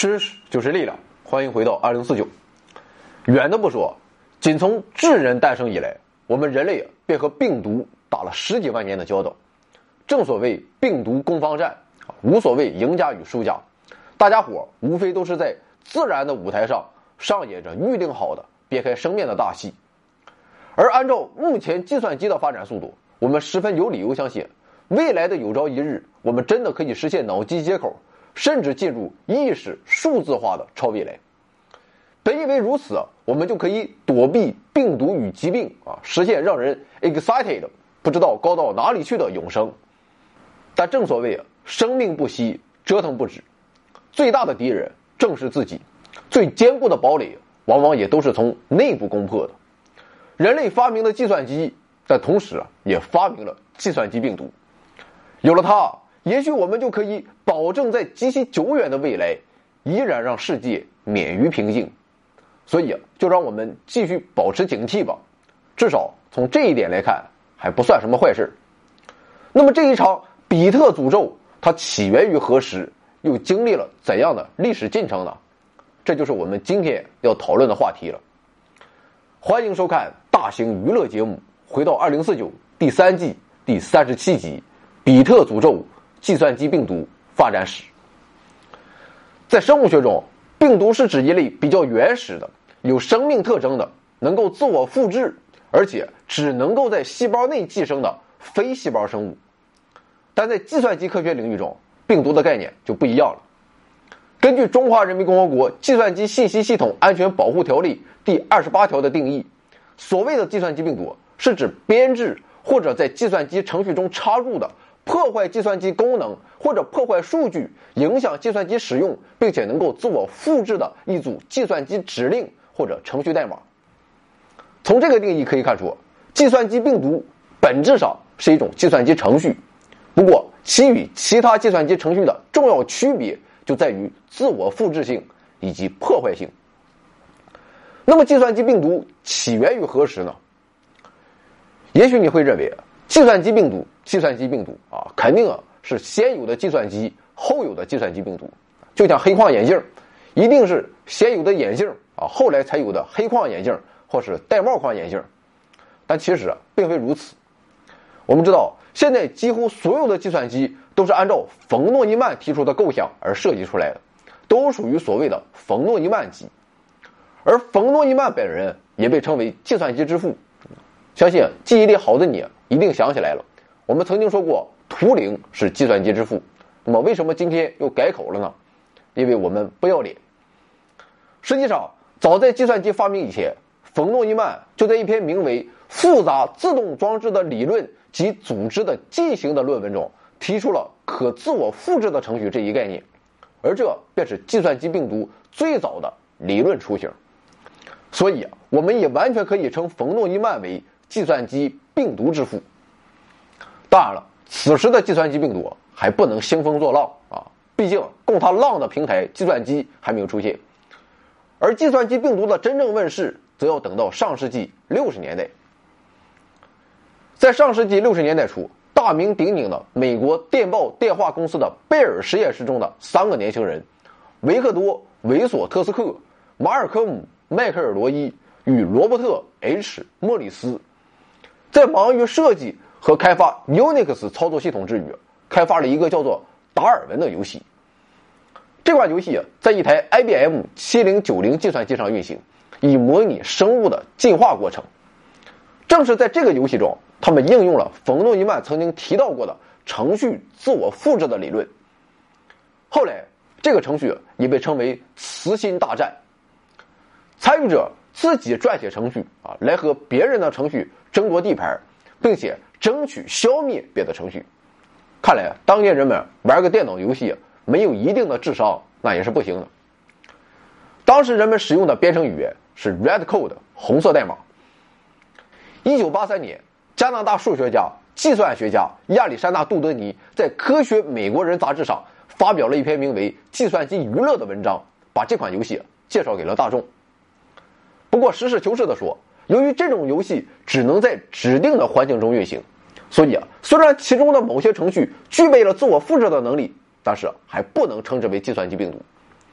知识就是力量，欢迎回到2049。远的不说，仅从智人诞生以来，我们人类便和病毒打了10几万年的交道。正所谓病毒攻防战，无所谓赢家与输家，大家伙无非都是在自然的舞台上上演着预定好的别开生面的大戏。而按照目前计算机的发展速度，我们十分有理由相信，未来的有朝一日，我们真的可以实现脑机接口，甚至进入意识数字化的超未来。本以为如此，我们就可以躲避病毒与疾病实现让人 excited 不知道高到哪里去的永生。但正所谓生命不息，折腾不止，最大的敌人正是自己，最坚固的堡垒往往也都是从内部攻破的。人类发明了计算机，但同时也发明了计算机病毒。有了它，也许我们就可以保证在极其久远的未来，依然让世界免于平静。所以就让我们继续保持警惕吧，至少从这一点来看，还不算什么坏事。那么这一场比特诅咒，它起源于何时，又经历了怎样的历史进程呢？这就是我们今天要讨论的话题了。欢迎收看大型娱乐节目《回到2049》第3季第37集《比特诅咒：计算机病毒发展史》。在生物学中，病毒是指一类比较原始的、有生命特征的、能够自我复制，而且只能够在细胞内寄生的非细胞生物。但在计算机科学领域中，病毒的概念就不一样了。根据《中华人民共和国计算机信息系统安全保护条例》第28条的定义，所谓的计算机病毒是指编制或者在计算机程序中插入的破坏计算机功能或者破坏数据，影响计算机使用，并且能够自我复制的一组计算机指令或者程序代码。从这个定义可以看出，计算机病毒本质上是一种计算机程序，不过其与其他计算机程序的重要区别就在于自我复制性以及破坏性。那么计算机病毒起源于何时呢？也许你会认为计算机病毒肯定是先有的计算机后有的计算机病毒，就像黑框眼镜一定是先有的眼镜后来才有的黑框眼镜或是带帽框眼镜。但其实并非如此。我们知道现在几乎所有的计算机都是按照冯诺依曼提出的构想而设计出来的，都属于所谓的冯诺依曼机。而冯诺依曼本人也被称为计算机之父，相信记忆力好的你一定想起来了，我们曾经说过图灵是计算机之父。那么为什么今天又改口了呢？因为我们不要脸。实际上早在计算机发明以前，冯诺依曼就在一篇名为《复杂自动装置的理论及组织的进行》的论文中提出了可自我复制的程序这一概念，而这便是计算机病毒最早的理论雏形。所以我们也完全可以称冯诺依曼为计算机病毒之父。当然了，此时的计算机病毒还不能兴风作浪毕竟供它浪的平台计算机还没有出现。而计算机病毒的真正问世则要等到上世纪60年代。在上世纪60年代初，大名鼎鼎的美国电报电话公司的贝尔实验室中的3个年轻人维克多·维索特斯克、马尔科姆·迈克尔罗伊与罗伯特 ·H. 莫里斯，在忙于设计和开发 Unix 操作系统之余，开发了一个叫做达尔文的游戏。这款游戏在一台 IBM 7090计算机上运行，以模拟生物的进化过程。正是在这个游戏中，他们应用了冯诺依曼曾经提到过的程序自我复制的理论。后来这个程序也被称为磁心大战。参与者自己撰写程序来和别人的程序争夺地盘，并且争取消灭别的程序。看来当年人们玩个电脑游戏没有一定的智商那也是不行的。当时人们使用的编程语言是 Red Code 红色代码。1983年，加拿大数学家、计算学家亚历山大·杜德尼在《科学美国人》杂志上发表了一篇名为《计算机娱乐》的文章，把这款游戏介绍给了大众。不过实事求是地说，由于这种游戏只能在指定的环境中运行，所以虽然其中的某些程序具备了自我复制的能力，但是还不能称之为计算机病毒。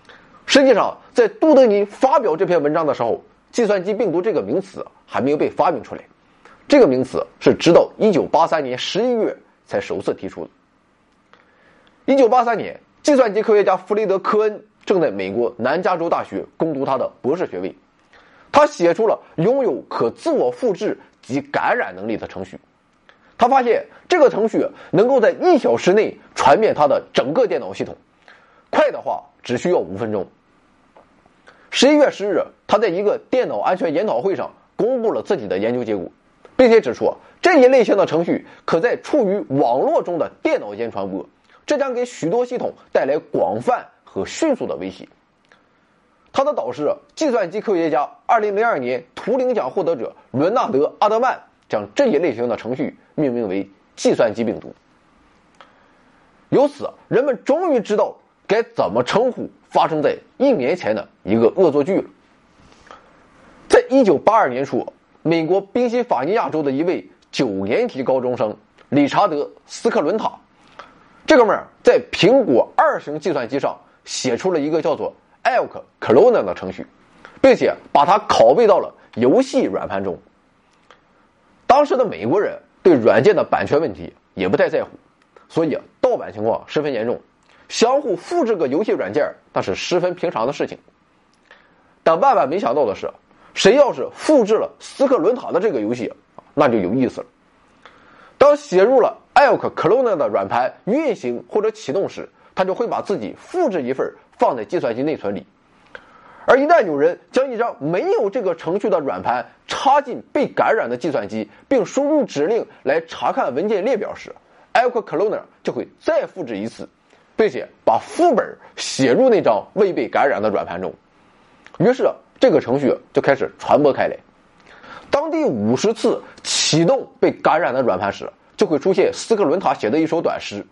实际上，在杜德尼发表这篇文章的时候，计算机病毒这个名词还没有被发明出来，这个名词是直到1983年11月才首次提出的。1983年，计算机科学家弗雷德·科恩正在美国南加州大学攻读他的博士学位，他写出了拥有可自我复制及感染能力的程序。他发现这个程序能够在1小时内传遍他的整个电脑系统，快的话只需要5分钟。11月10日，他在一个电脑安全研讨会上公布了自己的研究结果，并且指出这一类型的程序可在处于网络中的电脑间传播，这将给许多系统带来广泛和迅速的威胁。他的导师，计算机科学家2002年图灵奖获得者伦纳德·阿德曼将这一类型的程序命名为计算机病毒。由此，人们终于知道该怎么称呼发生在1年前的一个恶作剧了。在1982年初，美国宾夕法尼亚州的一位9年级高中生理查德·斯克伦塔，这哥们儿在苹果2型计算机上写出了一个叫做 Elk Cloner 的程序，并且把它拷贝到了游戏软盘中。当时的美国人对软件的版权问题也不太在乎，所以盗版情况十分严重，相互复制个游戏软件那是十分平常的事情。但万万没想到的是，谁要是复制了斯克伦塔的这个游戏，那就有意思了。当写入了 Elk Cloner 的软盘运行或者启动时，他就会把自己复制一份放在计算机内存里。而一旦有人将一张没有这个程序的软盘插进被感染的计算机，并输入指令来查看文件列表时， Elk Cloner 就会再复制一次，并且把副本写入那张未被感染的软盘中。于是这个程序就开始传播开来。当第50次启动被感染的软盘时，就会出现斯克伦塔写的一首短诗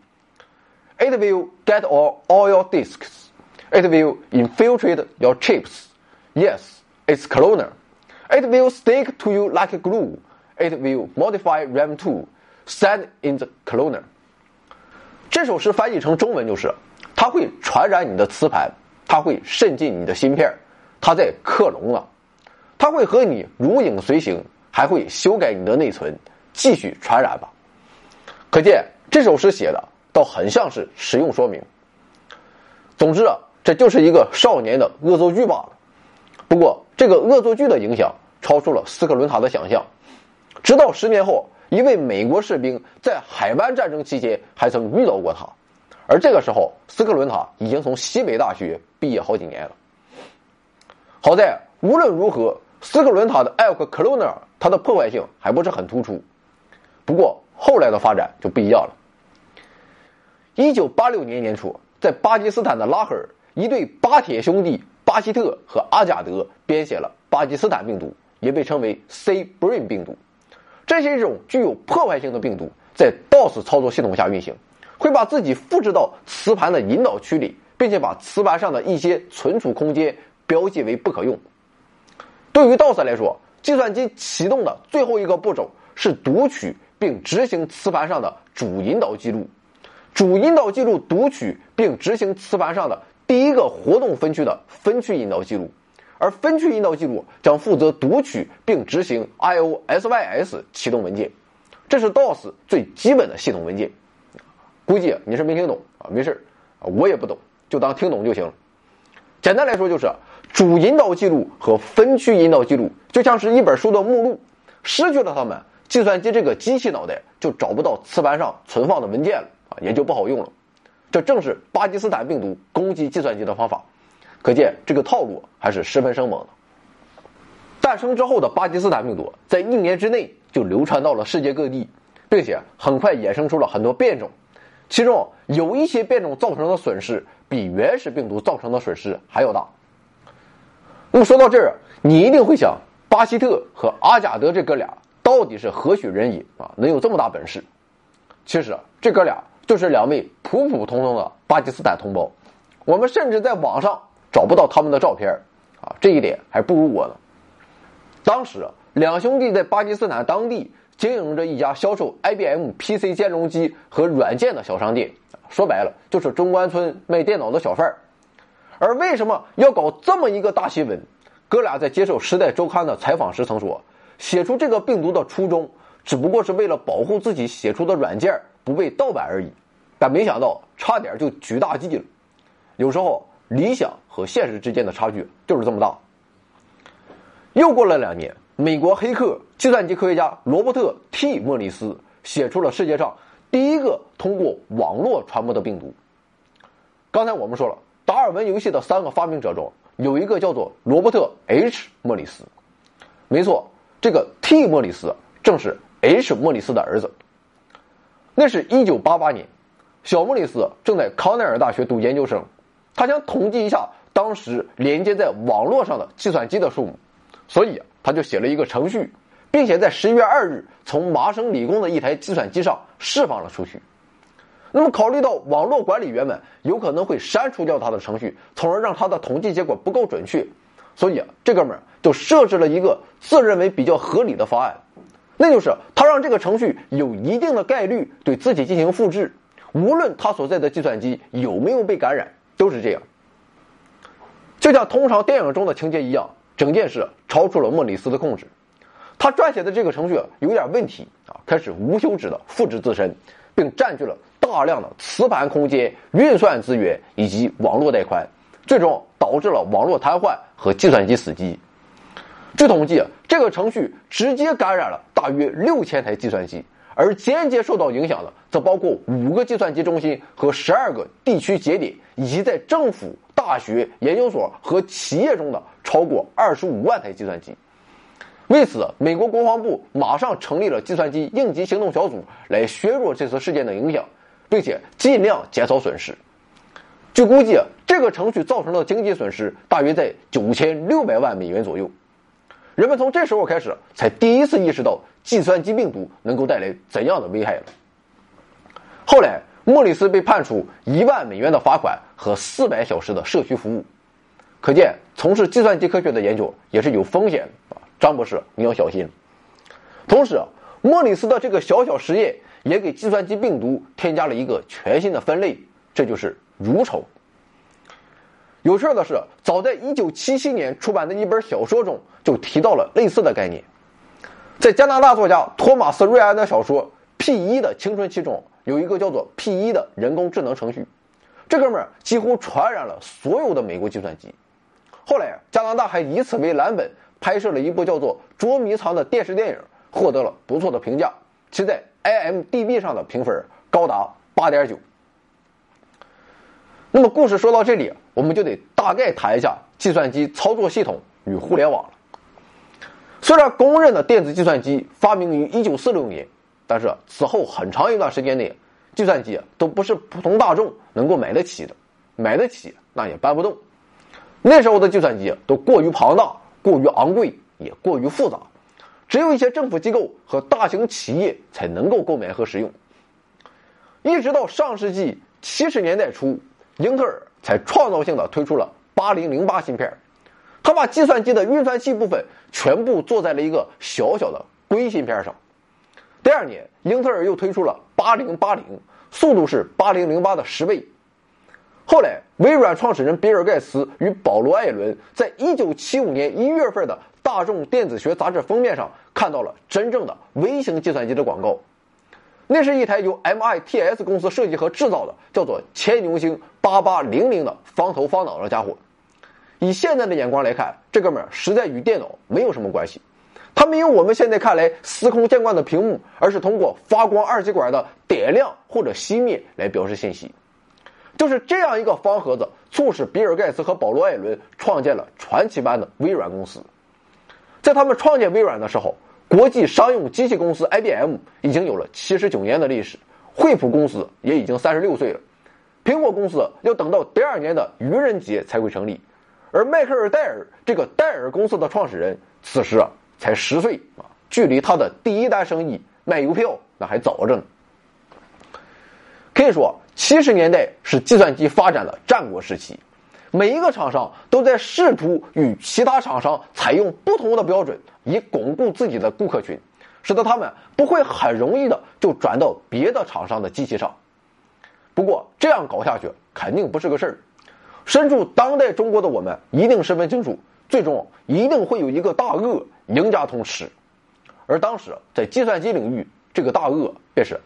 ：It will get all your disks. It will infiltrate your chips. Yes, it's cloner. It will stick to you like glue. It will modify RAM too. Send in the cloner. 这首诗翻译成中文就是：它会传染你的磁盘，它会渗进你的芯片，它在克隆了，它会和你如影随形，还会修改你的内存，继续传染吧。可见这首诗写的倒很像是实用说明。总之这就是一个少年的恶作剧罢了。不过这个恶作剧的影响超出了斯克伦塔的想象，直到10年后，一位美国士兵在海湾战争期间还曾遇到过他，而这个时候斯克伦塔已经从西北大学毕业好几年了。好在无论如何，斯克伦塔的 Elk Cloner 它的破坏性还不是很突出。不过后来的发展就不一样了。1986年年初，在巴基斯坦的拉合尔，一对巴铁兄弟巴希特和阿贾德编写了巴基斯坦病毒，也被称为 C-Brain 病毒。这是一种具有破坏性的病毒，在 DOS 操作系统下运行，会把自己复制到磁盘的引导区里，并且把磁盘上的一些存储空间标记为不可用。对于 DOS 来说，计算机启动的最后一个步骤是读取并执行磁盘上的主引导记录，主引导记录读取并执行磁盘上的第一个活动分区的分区引导记录，而分区引导记录将负责读取并执行 IOSYS 启动文件。这是 DOS 最基本的系统文件。估计你是没听懂啊，没事，我也不懂，就当听懂就行了。简单来说就是主引导记录和分区引导记录就像是一本书的目录，失去了它们，计算机这个机器脑袋就找不到磁盘上存放的文件了也就不好用了。这正是巴基斯坦病毒攻击计算机的方法，可见这个套路还是十分生猛的。诞生之后的巴基斯坦病毒在1年之内就流传到了世界各地，并且很快衍生出了很多变种，其中有一些变种造成的损失比原始病毒造成的损失还要大。那么说到这儿，你一定会想，巴希特和阿贾德这哥俩到底是何许人也能有这么大本事？其实这哥俩就是2位普普通通的巴基斯坦同胞，我们甚至在网上找不到他们的照片这一点还不如我呢。当时2兄弟在巴基斯坦当地经营着一家销售 IBM PC 兼容机和软件的小商店，说白了就是中关村卖电脑的小贩。 而为什么要搞这么一个大新闻？哥俩在接受《时代周刊》的采访时曾说，写出这个病毒的初衷只不过是为了保护自己写出的软件不被盗版而已，但没想到差点就举大计了。有时候理想和现实之间的差距就是这么大。又过了2年，美国黑客计算机科学家罗伯特 T 莫里斯写出了世界上第一个通过网络传播的病毒。刚才我们说了，达尔文游戏的3个发明者中有一个叫做罗伯特 H 莫里斯。没错，这个 T 莫里斯正是 H 莫里斯的儿子。那是1988年，小莫里斯正在康奈尔大学读研究生，他想统计一下当时连接在网络上的计算机的数目，所以他就写了一个程序，并且在11月2日从麻省理工的一台计算机上释放了出去。那么考虑到网络管理员们有可能会删除掉他的程序，从而让他的统计结果不够准确，所以这哥们儿就设置了一个自认为比较合理的方案，那就是他让这个程序有一定的概率对自己进行复制，无论他所在的计算机有没有被感染，都是这样。就像通常电影中的情节一样，整件事超出了莫里斯的控制。他撰写的这个程序有点问题开始无休止的复制自身，并占据了大量的磁盘空间、运算资源以及网络带宽，最终导致了网络瘫痪和计算机死机。据统计，这个程序直接感染了大约6000台计算机，而间接受到影响的则包括5个计算机中心和12个地区节点，以及在政府、大学、研究所和企业中的超过25万台计算机。为此，美国国防部马上成立了计算机应急行动小组来削弱这次事件的影响，并且尽量减少损失。据估计，这个程序造成的经济损失大约在9600万美元左右。人们从这时候开始才第一次意识到计算机病毒能够带来怎样的危害了。后来，莫里斯被判处1万美元的罚款和400小时的社区服务。可见，从事计算机科学的研究也是有风险的。张博士，你要小心。同时，莫里斯的这个小小实验也给计算机病毒添加了一个全新的分类，这就是蠕虫。有趣的是，早在1977年出版的一本小说中就提到了类似的概念。在加拿大作家托马斯·瑞安的小说《P1 的青春期》中，有一个叫做 P1 的人工智能程序，这哥们儿几乎传染了所有的美国计算机。后来，加拿大还以此为蓝本拍摄了一部叫做《捉迷藏》的电视电影，获得了不错的评价，其在 IMDB 上的评分高达 8.9。 那么故事说到这里，我们就得大概谈一下计算机操作系统与互联网了。虽然公认的电子计算机发明于1946年，但是此后很长一段时间内，计算机都不是普通大众能够买得起的，买得起那也搬不动。那时候的计算机都过于庞大、过于昂贵，也过于复杂，只有一些政府机构和大型企业才能够购买和使用。一直到上世纪70年代初，英特尔才创造性的推出了8008芯片，它把计算机的运算器部分全部做在了一个小小的硅芯片上。第2年，英特尔又推出了8080，速度是8008的10倍。后来，微软创始人比尔盖茨与保罗艾伦在1975年1月份的大众电子学杂志封面上看到了真正的微型计算机的广告。那是一台由 MITS 公司设计和制造的叫做千牛星8800的方头方脑的家伙。以现在的眼光来看，这哥们儿实在与电脑没有什么关系。它没有我们现在看来司空见惯的屏幕，而是通过发光二极管的点亮或者熄灭来表示信息。就是这样一个方盒子，促使比尔盖茨和保罗艾伦创建了传奇般的微软公司。在他们创建微软的时候，国际商用机器公司 IBM 已经有了79年的历史，惠普公司也已经36岁了，苹果公司要等到第2年的愚人节才会成立，而迈克尔·戴尔这个戴尔公司的创始人此时才10岁距离他的第一单生意卖邮票那还早着呢。可以说70年代是计算机发展的战国时期，每一个厂商都在试图与其他厂商采用不同的标准，以巩固自己的顾客群，使得他们不会很容易的就转到别的厂商的机器上。不过这样搞下去肯定不是个事儿。 身处当代中国的我们一定十分清楚，最终一定会有一个大鳄赢家通吃。而当时在计算机领域，这个大鳄便是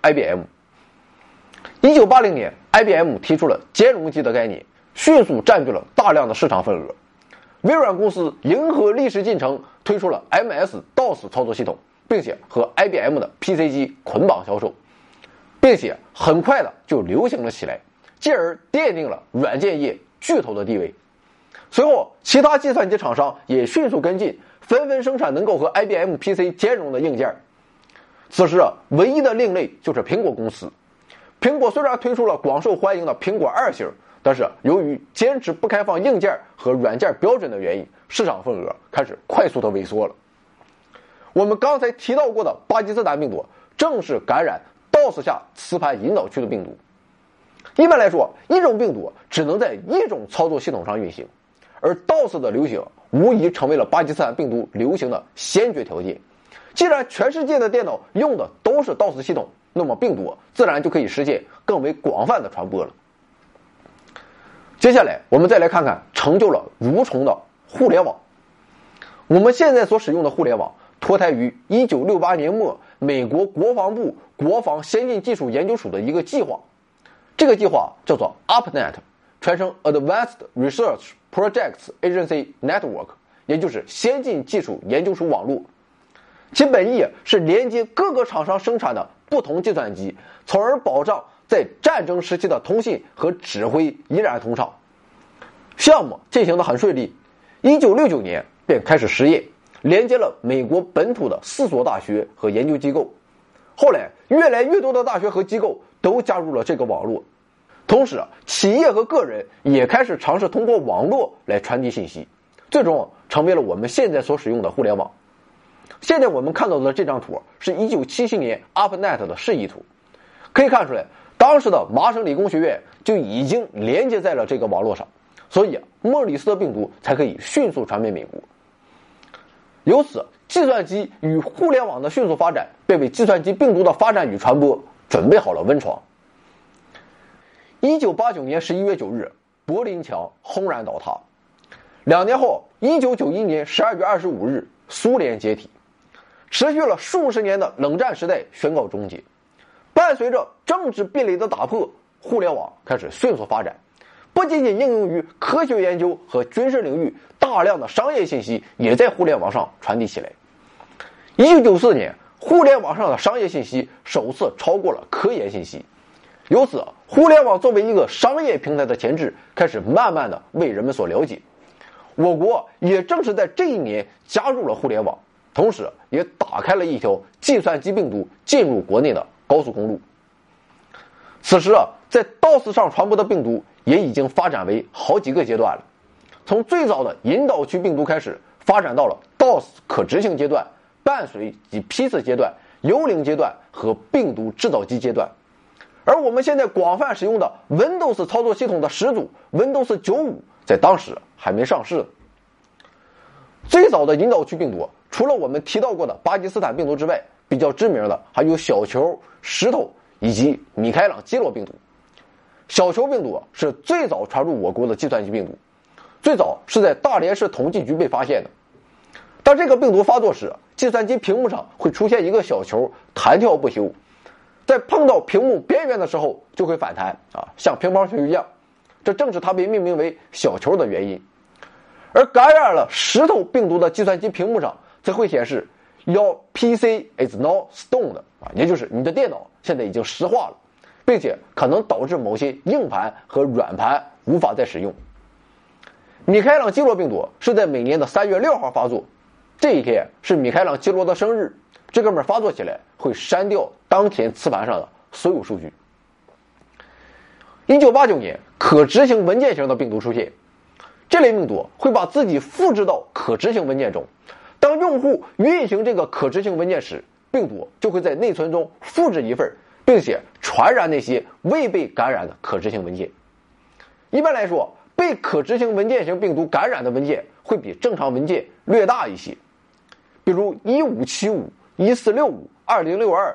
IBM。1980年 IBM 提出了兼容机的概念，迅速占据了大量的市场份额。微软公司迎合历史进程，推出了 MS-DOS 操作系统，并且和 IBM 的 PC 机捆绑销售，并且很快的就流行了起来，进而奠定了软件业巨头的地位。随后其他计算机厂商也迅速跟进，纷纷生产能够和 IBM PC 兼容的硬件。此时唯一的另类就是苹果公司。苹果虽然推出了广受欢迎的苹果2型，但是由于坚持不开放硬件和软件标准的原因，市场份额开始快速的萎缩了。我们刚才提到过的巴基斯坦病毒正是感染 DOS 下磁盘引导区的病毒。一般来说，一种病毒只能在一种操作系统上运行，而 DOS 的流行无疑成为了巴基斯坦病毒流行的先决条件。既然全世界的电脑用的都是 DOS 系统，那么病毒自然就可以实现更为广泛的传播了。接下来我们再来看看成就了蠕虫的互联网。我们现在所使用的互联网脱胎于1968年末美国国防部国防先进技术研究署的一个计划，这个计划叫做 ARPANET， 全称 Advanced Research Projects Agency Network， 也就是先进技术研究署网络。其本意是连接各个厂商生产的不同计算机，从而保障在战争时期的通信和指挥依然通畅。项目进行得很顺利，1969年便开始实验，连接了美国本土的4所大学和研究机构。后来越来越多的大学和机构都加入了这个网络，同时企业和个人也开始尝试通过网络来传递信息，最终成为了我们现在所使用的互联网。现在我们看到的这张图是1977年 ARPANET 的示意图，可以看出来当时的麻省理工学院就已经连接在了这个网络上，所以莫里斯的病毒才可以迅速传遍美国。由此，计算机与互联网的迅速发展便为计算机病毒的发展与传播准备好了温床。1989年11月9日，柏林墙轰然倒塌。2年后，1991年12月25日，苏联解体。持续了数十年的冷战时代宣告终结。伴随着政治壁垒的打破，互联网开始迅速发展，不仅仅应用于科学研究和军事领域，大量的商业信息也在互联网上传递起来。1994年，互联网上的商业信息首次超过了科研信息，由此互联网作为一个商业平台的前置开始慢慢的为人们所了解。我国也正是在这一年加入了互联网，同时也打开了一条计算机病毒进入国内的高速公路。此时在 DOS 上传播的病毒也已经发展为好几个阶段了，从最早的引导区病毒开始，发展到了 DOS 可执行阶段、伴随及批次阶段、幽灵阶段和病毒制造机阶段。而我们现在广泛使用的 Windows 操作系统的始祖 Windows 95在当时还没上市。最早的引导区病毒除了我们提到过的巴基斯坦病毒之外，比较知名的还有小球、石头以及米开朗基罗病毒。小球病毒是最早传入我国的计算机病毒，最早是在大连市统计局被发现的。当这个病毒发作时，计算机屏幕上会出现一个小球弹跳不休，在碰到屏幕边缘的时候就会反弹像乒乓球一样，这正是它被命名为小球的原因。而感染了石头病毒的计算机屏幕上则会显示 Your PC is now stoned， 也就是你的电脑现在已经石化了，并且可能导致某些硬盘和软盘无法再使用。米开朗基罗病毒是在每年的3月6号发作，这一天是米开朗基罗的生日，这哥们发作起来会删掉当天磁盘上的所有数据。1989年，可执行文件型的病毒出现，这类病毒会把自己复制到可执行文件中，当用户运行这个可执行文件时，病毒就会在内存中复制一份，并且传染那些未被感染的可执行文件。一般来说，被可执行文件型病毒感染的文件会比正常文件略大一些，比如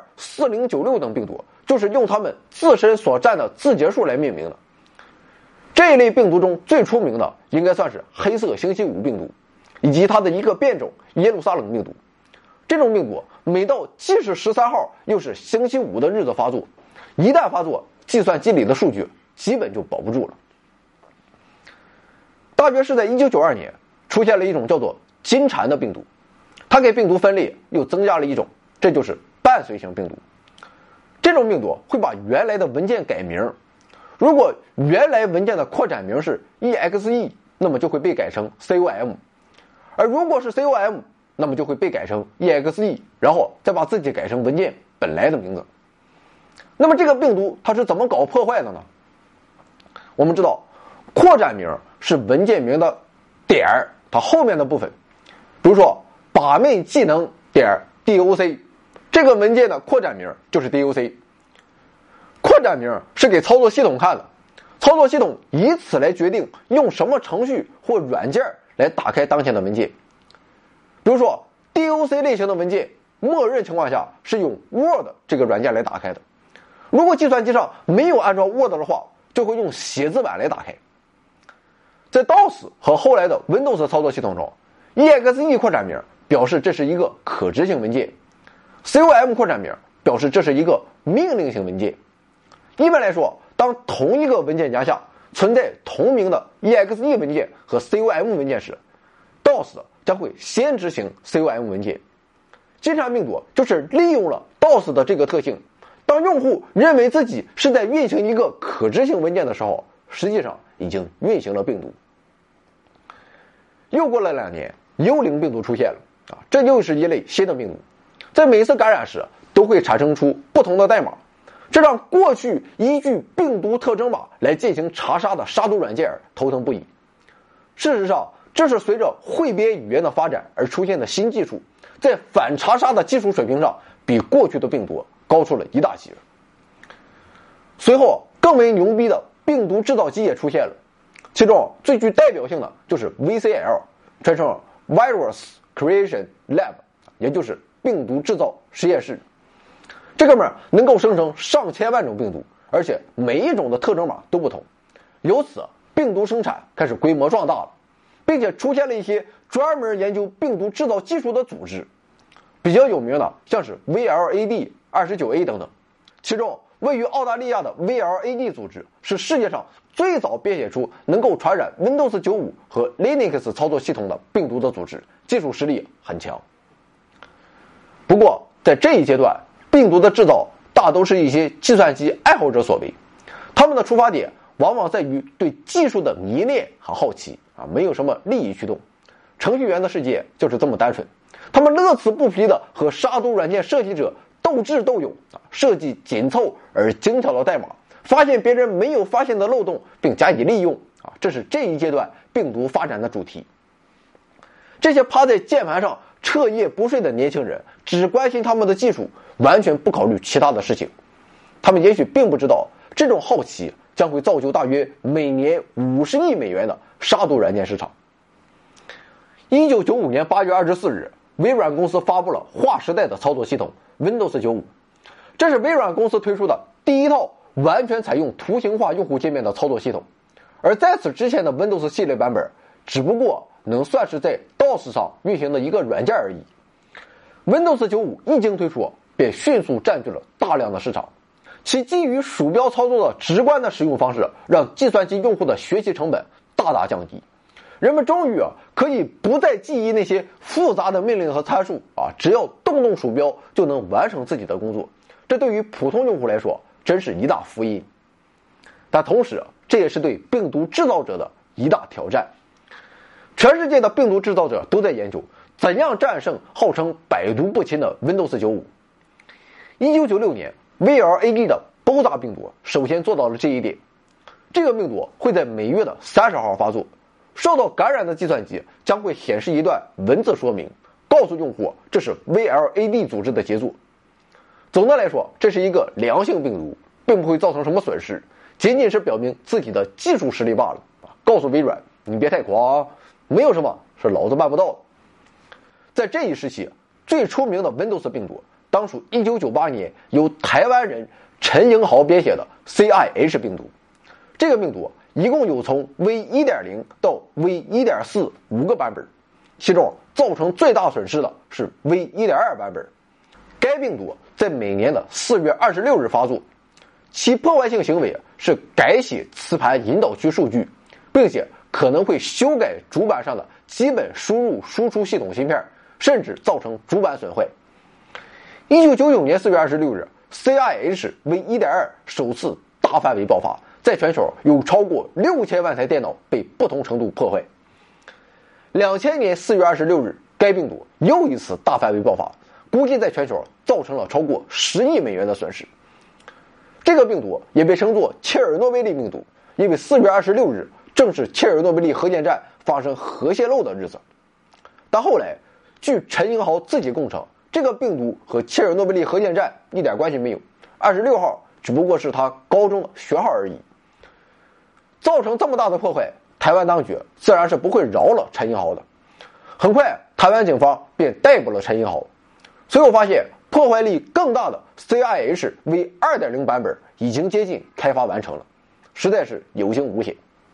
1575、1465、2062、4096等病毒就是用它们自身所占的字节数来命名的。 这一类病毒中最出名的应该算是黑色星期五病毒，以及它的一个变种耶路撒冷病毒。这种病毒每到既是13号又是星期五的日子发作，一旦发作，计算机里的数据基本就保不住了。大约是在1992年出现了一种叫做金蝉的病毒，它给病毒分类又增加了一种，这就是伴随型病毒。这种病毒会把原来的文件改名，如果原来文件的扩展名是 exe， 那么就会被改成 com， 而如果是 com， 那么就会被改成 exe， 然后再把自己改成文件本来的名字。那么这个病毒它是怎么搞破坏的呢？我们知道扩展名是文件名的点儿它后面的部分，比如说把妹技能点 doc， 这个文件的扩展名就是 doc。 扩展名是给操作系统看的，操作系统以此来决定用什么程序或软件来打开当前的文件。比如说 doc 类型的文件默认情况下是用 Word 这个软件来打开的，如果计算机上没有安装 Word 的话，就会用写字板来打开。在 DOS 和后来的 Windows 操作系统中， exe 扩展名表示这是一个可执行文件， com 扩展名表示这是一个命令型文件。一般来说，当同一个文件夹下存在同名的 exe 文件和 com 文件时， DOS 将会先执行 com 文件。金蝉病毒就是利用了 DOS 的这个特性，当用户认为自己是在运行一个可执行文件的时候，实际上已经运行了病毒。又过了2年，幽灵病毒出现了这又是一类新的病毒，在每次感染时都会产生出不同的代码，这让过去依据病毒特征码来进行查杀的杀毒软件头疼不已。事实上，这是随着汇编语言的发展而出现的新技术，在反查杀的技术水平上比过去的病毒高出了一大截。随后更为牛逼的病毒制造机也出现了，其中最具代表性的就是 VCL， 全称 Virus Creation Lab， 也就是病毒制造实验室。这哥们儿能够生成上千万种病毒，而且每一种的特征码都不同，由此病毒生产开始规模壮大了，并且出现了一些专门研究病毒制造技术的组织，比较有名的像是 VLAD29A 等等。其中位于澳大利亚的 VLAD 组织是世界上最早编写出能够传染 Windows 95和 Linux 操作系统的病毒的组织，技术实力很强。不过在这一阶段，病毒的制造大都是一些计算机爱好者所为，他们的出发点往往在于对技术的迷恋和好奇没有什么利益驱动。程序员的世界就是这么单纯，他们乐此不疲的和杀毒软件设计者斗智斗勇设计紧凑而精巧的代码，发现别人没有发现的漏洞并加以利用这是这一阶段病毒发展的主题。这些趴在键盘上彻夜不睡的年轻人只关心他们的技术，完全不考虑其他的事情。他们也许并不知道，这种好奇将会造就大约每年50亿美元的杀毒软件市场。1995年8月24日，微软公司发布了划时代的操作系统 Windows 95，这是微软公司推出的第一套完全采用图形化用户界面的操作系统，而在此之前的 Windows 系列版本只不过能算是在 DOS 上运行的一个软件而已。Windows 95一经推出便迅速占据了大量的市场，其基于鼠标操作的直观的使用方式让计算机用户的学习成本大大降低，人们终于可以不再记忆那些复杂的命令和参数只要动动鼠标就能完成自己的工作，这对于普通用户来说真是一大福音。但同时这也是对病毒制造者的一大挑战，全世界的病毒制造者都在研究怎样战胜号称百毒不侵的 Windows 95。1996年 VLAD 的 Boza 病毒首先做到了这一点，这个病毒会在每月的30号发作，受到感染的计算机将会显示一段文字说明，告诉用户这是 VLAD 组织的杰作。总的来说，这是一个良性病毒，并不会造成什么损失，仅仅是表明自己的技术实力罢了。告诉微软，你别太狂，没有什么是老子办不到的。在这一时期，最出名的 Windows 病毒当属1998年由台湾人陈英豪编写的 CIH 病毒。这个病毒一共有从 V1.0 到 V1.4 5个版本，其中造成最大损失的是 V1.2 版本。该病毒在每年的4月26日发作，其破坏性行为是改写磁盘引导区数据，并且可能会修改主板上的基本输入输出系统芯片，甚至造成主板损坏。1999年4月26日 CIH V1.2 首次大范围爆发，在全球有超过6000万台电脑被不同程度破坏。2000年4月26日，该病毒又一次大范围爆发，估计在全球造成了超过10亿美元的损失。这个病毒也被称作切尔诺贝利病毒，因为4月26日正是切尔诺贝利核电站发生核泄漏的日子。但后来，据陈英豪自己供称，这个病毒和切尔诺贝利核电站一点关系没有，26号只不过是他高中的学号而已。造成这么大的破坏，台湾当局自然是不会饶了陈英豪的。很快，台湾警方便逮捕了陈英豪。随后发现，破坏力更大的 CIH V2.0 版本已经接近开发完成了，实在是有惊无险。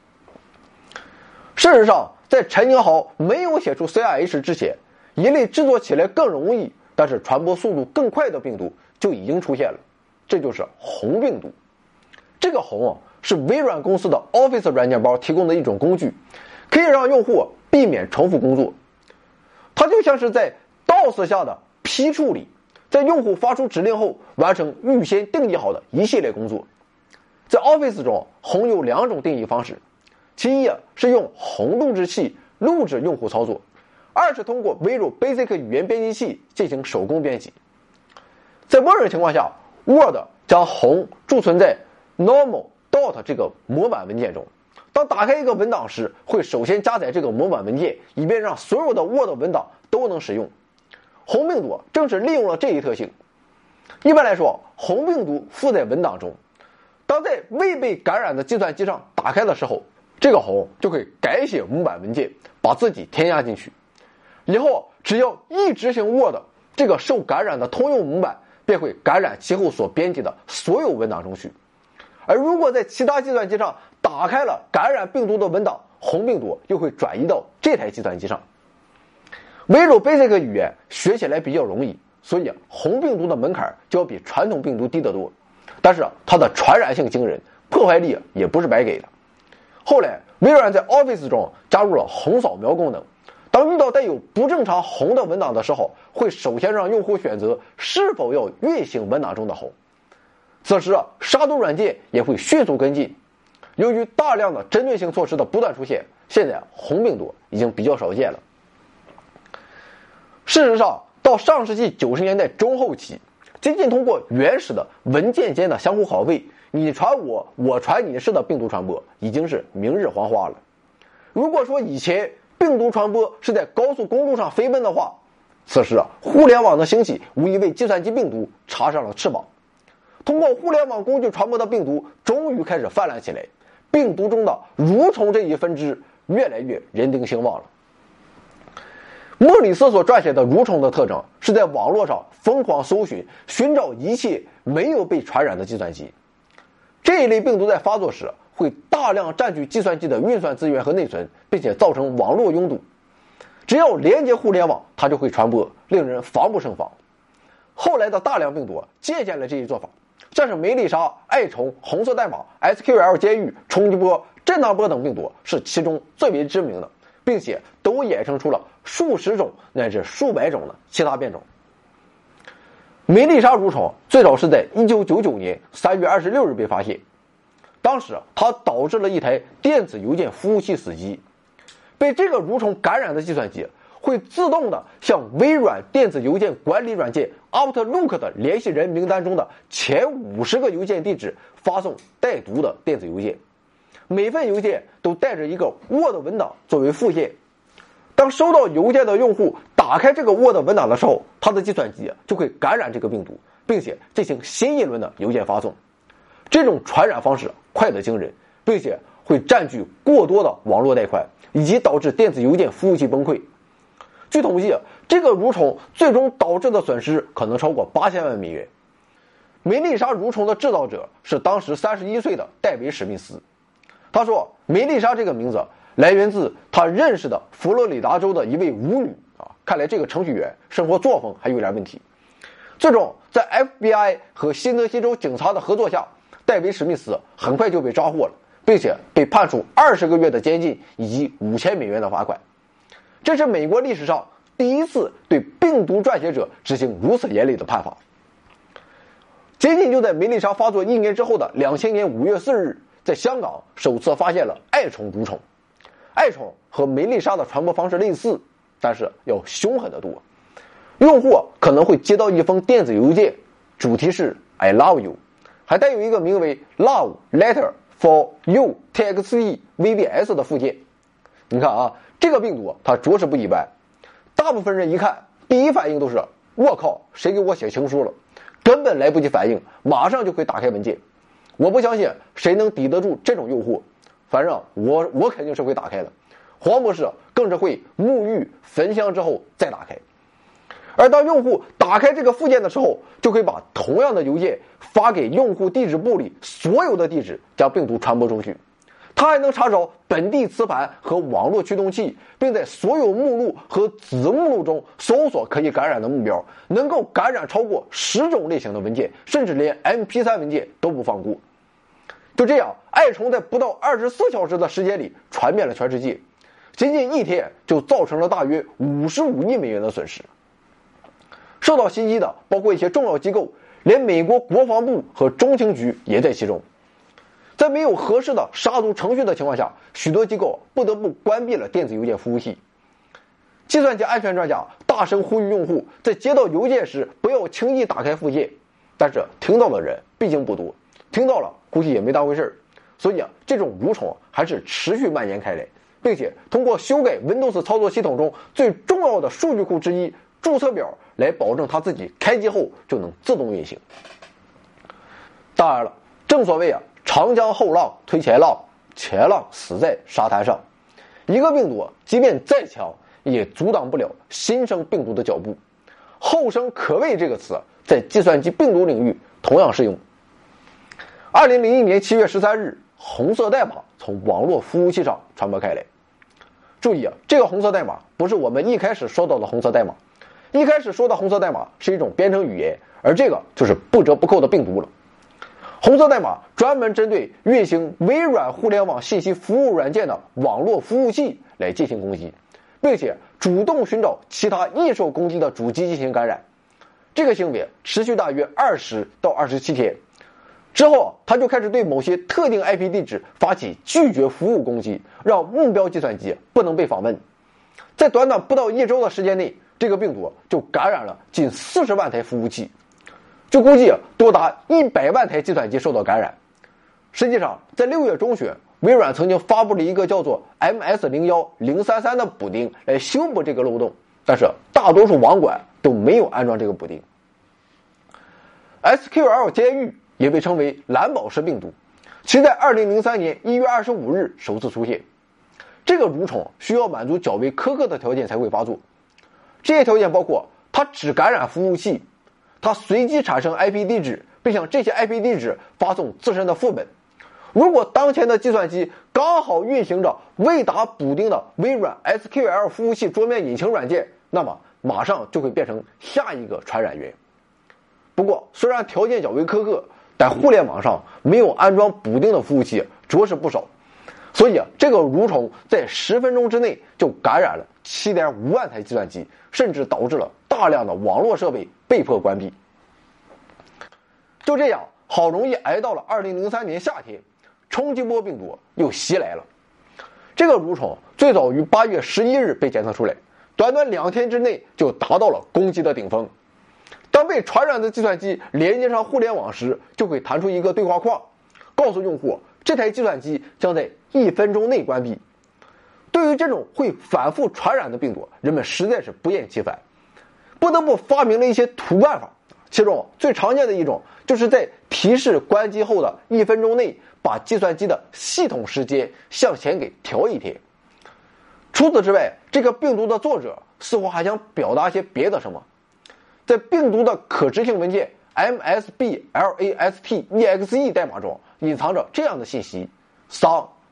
事实上，在陈英豪没有写出 CIH 之前，一类制作起来更容易，但是传播速度更快的病毒就已经出现了，这就是红病毒。这个红是微软公司的 Office 软件包提供的一种工具，可以让用户避免重复工作。它就像是在 DOS 下的批处理，在用户发出指令后完成预先定义好的一系列工作。在 Office 中，红有2种定义方式，其一是用红录制器录制用户操作，二是通过 Visual Basic 语言编辑器进行手工编辑。在默认情况下， Word 将红贮存在 normal.dot 这个模板文件中。当打开一个文档时，会首先加载这个模板文件，以便让所有的 Word 文档都能使用。红病毒正是利用了这一特性。一般来说，红病毒附在文档中，当在未被感染的计算机上打开的时候，这个红就会改写模板文件，把自己添加进去。以后只要一执行 Word， 这个受感染的通用模板便会感染其后所编辑的所有文档中去。而如果在其他计算机上打开了感染病毒的文档，红病毒又会转移到这台计算机上。Visual Basic 语言学起来比较容易，所以红病毒的门槛就要比传统病毒低得多。但是它的传染性惊人，破坏力也不是白给的。后来，微软在 Office 中加入了红扫描功能。当遇到带有不正常红的文档的时候，会首先让用户选择是否要运行文档中的红。此时，杀毒软件也会迅速跟进。由于大量的针对性措施的不断出现，现在红病毒已经比较少见了。事实上，到上世纪90年代中后期，仅仅通过原始的文件间的相互拷贝，你传我，我传你式的病毒传播已经是明日黄花了。如果说以前病毒传播是在高速公路上飞奔的话，此时互联网的兴起无疑为计算机病毒插上了翅膀。通过互联网工具传播的病毒终于开始泛滥起来，病毒中的蠕虫这一分支越来越人丁兴旺了。莫里斯所撰写的蠕虫的特征是在网络上疯狂搜寻找一切没有被传染的计算机。这一类病毒在发作时会大量占据计算机的运算资源和内存，并且造成网络拥堵。只要连接互联网，它就会传播，令人防不胜防。后来的大量病毒借鉴了这一做法，像是梅丽莎、艾虫、红色代码、SQL 监狱、冲击波、震荡波等病毒是其中最为知名的，并且都衍生出了数十种乃至数百种的其他变种。梅丽莎蠕虫最早是在1999年3月26日被发现，当时它导致了一台电子邮件服务器死机。被这个蠕虫感染的计算机会自动的向微软电子邮件管理软件 Outlook 的联系人名单中的前50个邮件地址发送带毒的电子邮件，每份邮件都带着一个 Word 文档作为附件。当收到邮件的用户打开这个 Word 文档的时候，他的计算机就会感染这个病毒，并且进行新一轮的邮件发送。这种传染方式快得惊人，并且会占据过多的网络带宽，以及导致电子邮件服务器崩溃。据统计，这个蠕虫最终导致的损失可能超过8000万美元。梅丽莎蠕虫的制造者是当时31岁的戴维·史密斯。 他说梅丽莎这个名字来源自他认识的佛罗里达州的一位舞女啊，看来这个程序员生活作风还有点问题。最终在 FBI 和新泽西州警察的合作下，戴维·史密斯很快就被抓获了，并且被判处20个月的监禁以及$5000的罚款。这是美国历史上第一次对病毒撰写者执行如此严厉的判罚。仅仅就在梅丽莎发作1年之后的2000年5月4日，在香港首次发现了爱虫蠕虫。爱虫和梅丽莎的传播方式类似，但是要凶狠得多。用户可能会接到一封电子邮件，主题是 I love you， 还带有一个名为 Love Letter for You TXT VBS 的附件。你看啊，这个病毒它着实不一般。大部分人一看，第一反应都是我靠，谁给我写情书了，根本来不及反应，马上就会打开文件。我不相信谁能抵得住这种诱惑，反正我肯定是会打开的。黄博士更是会沐浴焚香之后再打开。而当用户打开这个附件的时候，就可以把同样的邮件发给用户地址簿里所有的地址，将病毒传播出去。它还能查找本地磁盘和网络驱动器，并在所有目录和子目录中搜索可以感染的目标，能够感染超过10种类型的文件，甚至连 MP3 文件都不放过。就这样，爱虫在不到24小时的时间里传遍了全世界，仅仅1天就造成了大约$55亿的损失。受到袭击的包括一些重要机构，连美国国防部和中情局也在其中。在没有合适的杀毒程序的情况下，许多机构不得不关闭了电子邮件服务器。计算机安全专家大声呼吁用户在接到邮件时不要轻易打开附件，但是听到的人毕竟不多，听到了估计也没当回事，所以这种蠕虫还是持续蔓延开来，并且通过修改 Windows 操作系统中最重要的数据库之一注册表来保证它自己开机后就能自动运行。当然了，正所谓长江后浪推前浪，前浪死在沙滩上。一个病毒即便再强，也阻挡不了新生病毒的脚步。后生可畏这个词在计算机病毒领域同样适用。2001年7月13日，红色代码从网络服务器上传播开来。注意这个红色代码不是我们一开始说到的红色代码。一开始说的红色代码是一种编程语言，而这个就是不折不扣的病毒了。红色代码专门针对运行微软互联网信息服务软件的网络服务器来进行攻击，并且主动寻找其他易受攻击的主机进行感染。这个行为持续大约20到27天，之后他就开始对某些特定 IP 地址发起拒绝服务攻击，让目标计算机不能被访问。在短短不到1周的时间内，这个病毒就感染了近40万台服务器，就估计多达100万台计算机受到感染。实际上，在6月中旬，微软曾经发布了一个叫做 MS01033 的补丁来修补这个漏洞，但是大多数网管都没有安装这个补丁。SQL 监狱也被称为蓝宝石病毒，其在2003年1月25日首次出现。这个蠕虫需要满足较为苛刻的条件才会发作，这些条件包括它只感染服务器，它随机产生 IP 地址，并向这些 IP 地址发送自身的副本。如果当前的计算机刚好运行着未达补丁的微软 SQL 服务器桌面引擎软件，那么马上就会变成下一个传染源。不过虽然条件较为苛刻，但互联网上没有安装补丁的服务器着实不少，所以这个蠕虫在10分钟之内就感染了7.5万台计算机，甚至导致了大量的网络设备被迫关闭。就这样，好容易挨到了2003年夏天，冲击波病毒又袭来了。这个蠕虫最早于8月11日被检测出来，短短2天之内就达到了攻击的顶峰。当被传染的计算机连接上互联网时，就会弹出一个对话框，告诉用户这台计算机将在1分钟内关闭。对于这种会反复传染的病毒，人们实在是不厌其烦，不得不发明了一些土办法。其中最常见的一种，就是在提示关机后的1分钟内，把计算机的系统时间向前给调一天。除此之外，这个病毒的作者似乎还想表达些别的什么。在病毒的可执行文件 MSBLASTEXE 代码中隐藏着这样的信息：丧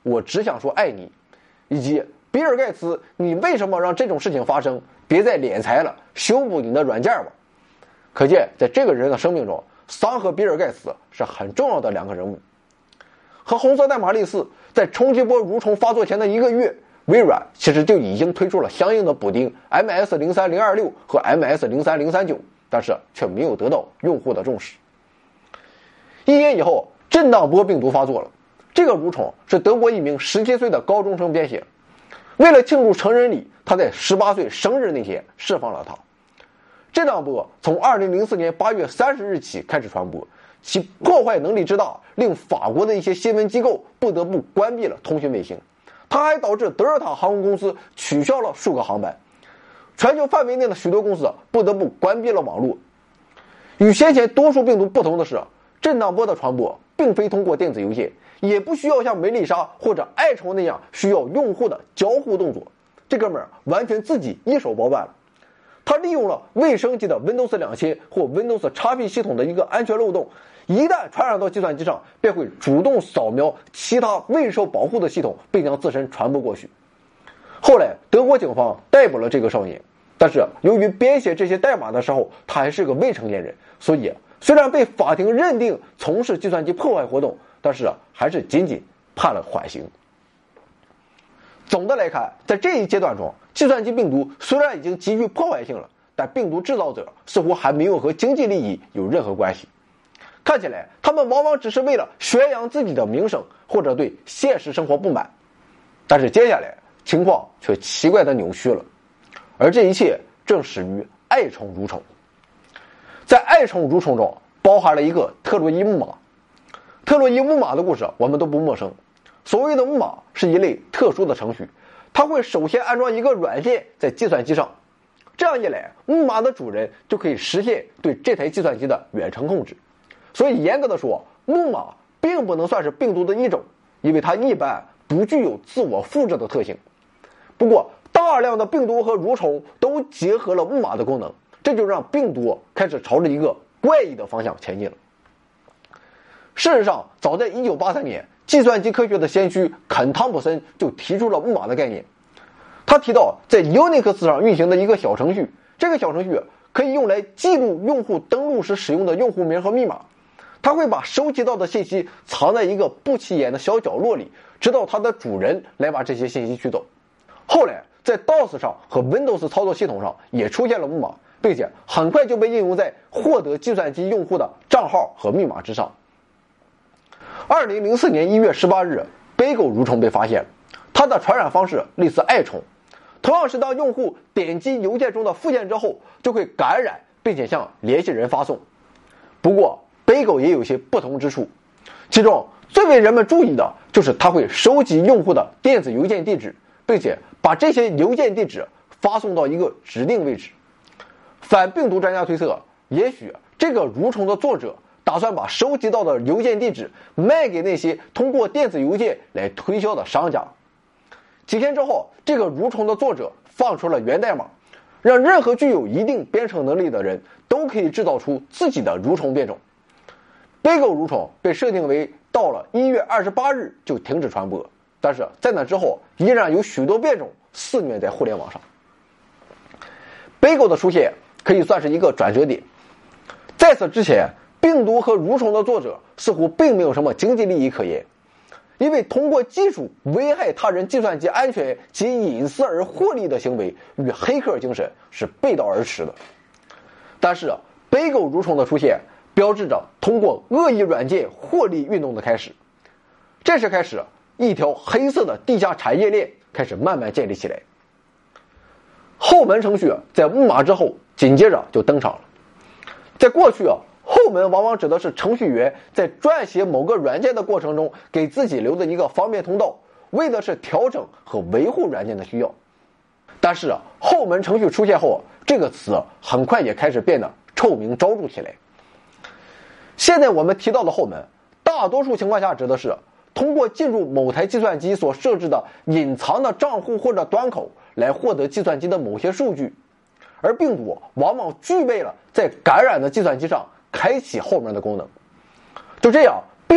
我只想说爱你，以及比尔盖茨，你为什么让这种事情发生？别再敛财了，修补你的软件吧。可见，在这个人的生命中，桑和比尔盖茨是很重要的两个人物。和红色代码类似，在冲击波蠕虫发作前的1个月，微软其实就已经推出了相应的补丁 MS03026 和 MS03039，但是却没有得到用户的重视。1年以后，震荡波病毒发作了。这个蠕虫是德国一名17岁的高中生编写，为了庆祝成人礼，他在18岁生日那天释放了它。震荡波从2004年8月30日起开始传播，其破坏能力之大，令法国的一些新闻机构不得不关闭了通讯卫星。它还导致德尔塔航空公司取消了数个航班，全球范围内的许多公司不得不关闭了网络。与先前多数病毒不同的是，震荡波的传播并非通过电子邮件，也不需要像梅丽莎或者爱虫那样需要用户的交互动作，这哥们儿完全自己一手包办了。他利用了未升级的 Windows 2000或 Windows XP 系统的一个安全漏洞，一旦传染到计算机上，便会主动扫描其他未受保护的系统，并将自身传播过去。后来德国警方逮捕了这个少年，但是由于编写这些代码的时候他还是个未成年人，所以虽然被法庭认定从事计算机破坏活动，但是还是仅仅判了缓刑。总的来看，在这一阶段中，计算机病毒虽然已经极具破坏性了，但病毒制造者似乎还没有和经济利益有任何关系。看起来他们往往只是为了宣扬自己的名声，或者对现实生活不满。但是接下来情况却奇怪的扭曲了，而这一切正始于爱虫蠕虫。在爱虫蠕虫中包含了一个特洛伊木马。特洛伊木马的故事我们都不陌生。所谓的木马是一类特殊的程序，它会首先安装一个软件在计算机上，这样一来，木马的主人就可以实现对这台计算机的远程控制。所以严格的说，木马并不能算是病毒的一种，因为它一般不具有自我复制的特性。不过大量的病毒和蠕虫都结合了木马的功能，这就让病毒开始朝着一个怪异的方向前进了。事实上，早在1983年，计算机科学的先驱肯汤普森就提出了木马的概念。他提到在 Unix 上运行的一个小程序，这个小程序可以用来记录用户登录时使用的用户名和密码。他会把收集到的信息藏在一个不起眼的小角落里，直到它的主人来把这些信息取走。后来在 DOS 上和 Windows 操作系统上也出现了木马，并且很快就被应用在获得计算机用户的账号和密码之上。2004年1月18日，贝狗蠕虫被发现，它的传染方式类似爱虫，同样是当用户点击邮件中的附件之后，就会感染并且向联系人发送。不过贝狗也有些不同之处，其中最为人们注意的就是它会收集用户的电子邮件地址，并且把这些邮件地址发送到一个指定位置。反病毒专家推测，也许这个蠕虫的作者打算把收集到的邮件地址卖给那些通过电子邮件来推销的商家。几天之后，这个蠕虫的作者放出了源代码，让任何具有一定编程能力的人都可以制造出自己的蠕虫变种。贝狗蠕虫被设定为到了1月28日就停止传播，但是在那之后依然有许多变种肆虐在互联网上。贝狗的出现可以算是一个转折点。在此之前，病毒和蠕虫的作者似乎并没有什么经济利益可言，因为通过技术危害他人计算机安全及隐私而获利的行为与黑客精神是背道而驰的。但是贝狗蠕虫的出现标志着通过恶意软件获利运动的开始。这时开始，一条黑色的地下产业链开始慢慢建立起来。后门程序在木马之后紧接着就登场了。在过去后门往往指的是程序员在撰写某个软件的过程中给自己留的一个方便通道，为的是调整和维护软件的需要。但是后门程序出现后，这个词很快也开始变得臭名昭著起来。现在我们提到的后门，大多数情况下指的是通过进入某台计算机所设置的隐藏的账户或者端口来获得计算机的某些数据，而病毒往往具备了在感染的计算机上开启后门的功能。就这样，病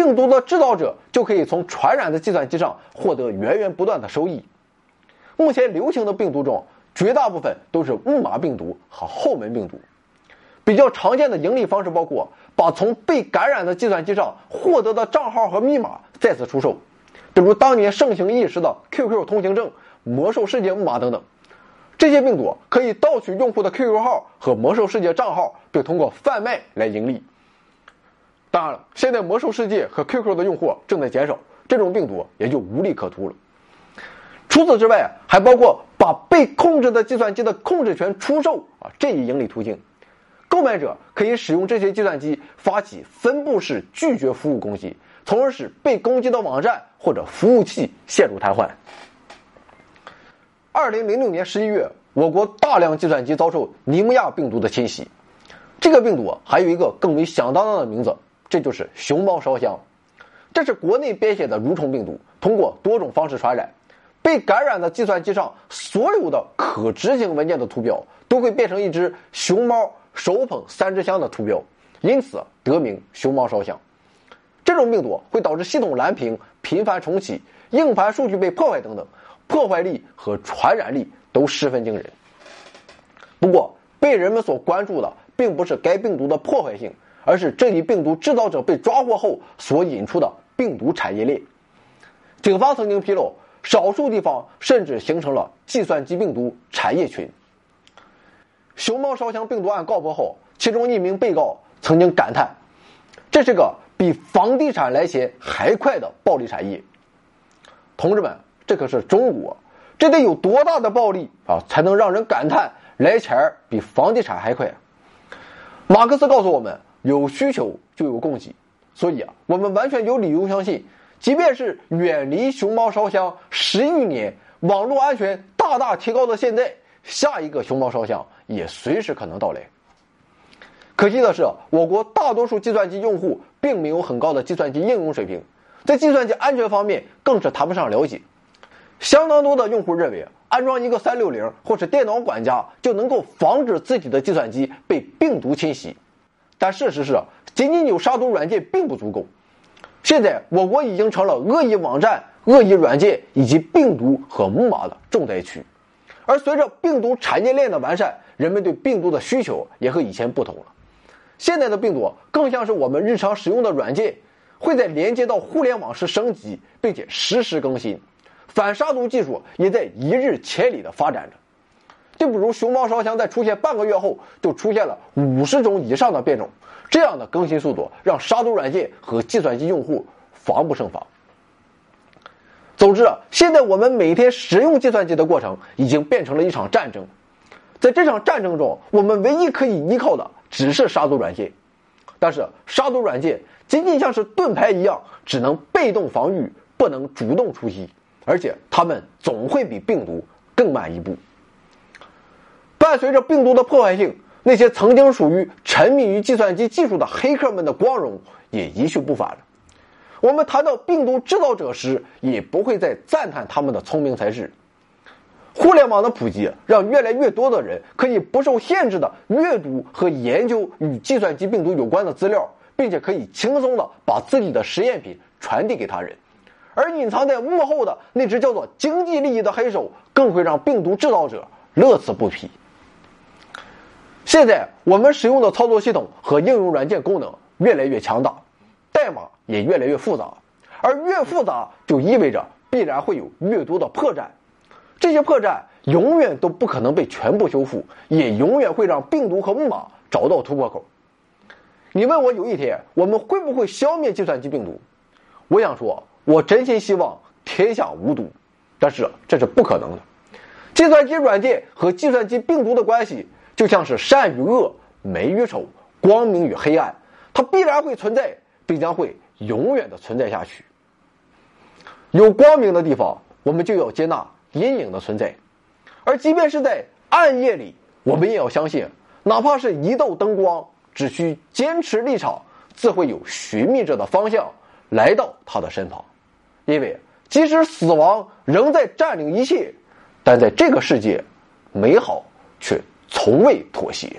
病毒的制造者就可以从传染的计算机上获得源源不断的收益。目前流行的病毒中，绝大部分都是木马病毒和后门病毒。比较常见的盈利方式包括把从被感染的计算机上获得的账号和密码再次出售，比如当年盛行一时的 QQ 通行证、魔兽世界木马等等。这些病毒可以盗取用户的 QQ 号和魔兽世界账号，并通过贩卖来盈利。当然了，现在魔兽世界和 QQ 的用户正在减少，这种病毒也就无利可图了。除此之外，还包括把被控制的计算机的控制权出售这一盈利途径。购买者可以使用这些计算机发起分布式拒绝服务攻击，从而使被攻击的网站或者服务器陷入瘫痪。2006年11月，我国大量计算机遭受尼姆亚病毒的侵袭。这个病毒还有一个更为响当当的名字，这就是熊猫烧香。这是国内编写的蠕虫病毒，通过多种方式传染。被感染的计算机上所有的可执行文件的图标都会变成一只熊猫手捧3支香的图标，因此得名熊猫烧香。这种病毒会导致系统蓝屏、频繁重启、硬盘数据被破坏等等，破坏力和传染力都十分惊人。不过，被人们所关注的并不是该病毒的破坏性，而是这一病毒制造者被抓获后所引出的病毒产业链。警方曾经披露，少数地方甚至形成了计算机病毒产业群。熊猫烧香病毒案告破后，其中一名被告曾经感叹，这是个比房地产来钱还快的暴利产业。同志们，这可是中国，这得有多大的暴利才能让人感叹来钱比房地产还快。马克思告诉我们，有需求就有供给，所以我们完全有理由相信，即便是远离熊猫烧香10余年，网络安全大大提高的现在，下一个熊猫烧香也随时可能到来。可惜的是，我国大多数计算机用户并没有很高的计算机应用水平，在计算机安全方面更是谈不上了解。相当多的用户认为，安装一个360或是电脑管家就能够防止自己的计算机被病毒侵袭，但事实是，仅仅有杀毒软件并不足够。现在我国已经成了恶意网站、恶意软件以及病毒和木马的重灾区。而随着病毒产业链的完善，人们对病毒的需求也和以前不同了。现在的病毒更像是我们日常使用的软件，会在连接到互联网时升级，并且实时更新。反杀毒技术也在一日千里的发展着。就比如熊猫烧香在出现半个月后，就出现了50种以上的变种，这样的更新速度让杀毒软件和计算机用户防不胜防。总之，现在我们每天使用计算机的过程已经变成了一场战争。在这场战争中，我们唯一可以依靠的只是杀毒软件。但是杀毒软件仅仅像是盾牌一样，只能被动防御，不能主动出击，而且它们总会比病毒更慢一步。伴随着病毒的破坏性，那些曾经属于沉迷于计算机技术的黑客们的光荣也一去不返了。我们谈到病毒制造者时，也不会再赞叹他们的聪明才智。互联网的普及让越来越多的人可以不受限制的阅读和研究与计算机病毒有关的资料，并且可以轻松的把自己的实验品传递给他人。而隐藏在幕后的那只叫做经济利益的黑手，更会让病毒制造者乐此不疲。现在我们使用的操作系统和应用软件功能越来越强大，代码也越来越复杂，而越复杂就意味着必然会有越多的破绽。这些破绽永远都不可能被全部修复，也永远会让病毒和木马找到突破口。你问我有一天我们会不会消灭计算机病毒？我想说，我真心希望天下无毒，但是这是不可能的。计算机软件和计算机病毒的关系就像是善与恶、美与丑、光明与黑暗，它必然会存在，并将会永远的存在下去。有光明的地方，我们就要接纳阴影的存在，而即便是在暗夜里，我们也要相信，哪怕是一道灯光，只需坚持立场，自会有寻觅者的方向来到他的身旁。因为即使死亡仍在占领一切，但在这个世界，美好却从未妥协。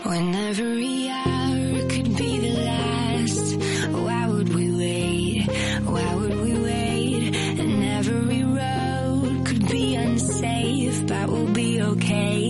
When every hour could be the last, why would we wait? Why would we wait? And every road could be unsafe, but we'll be okay.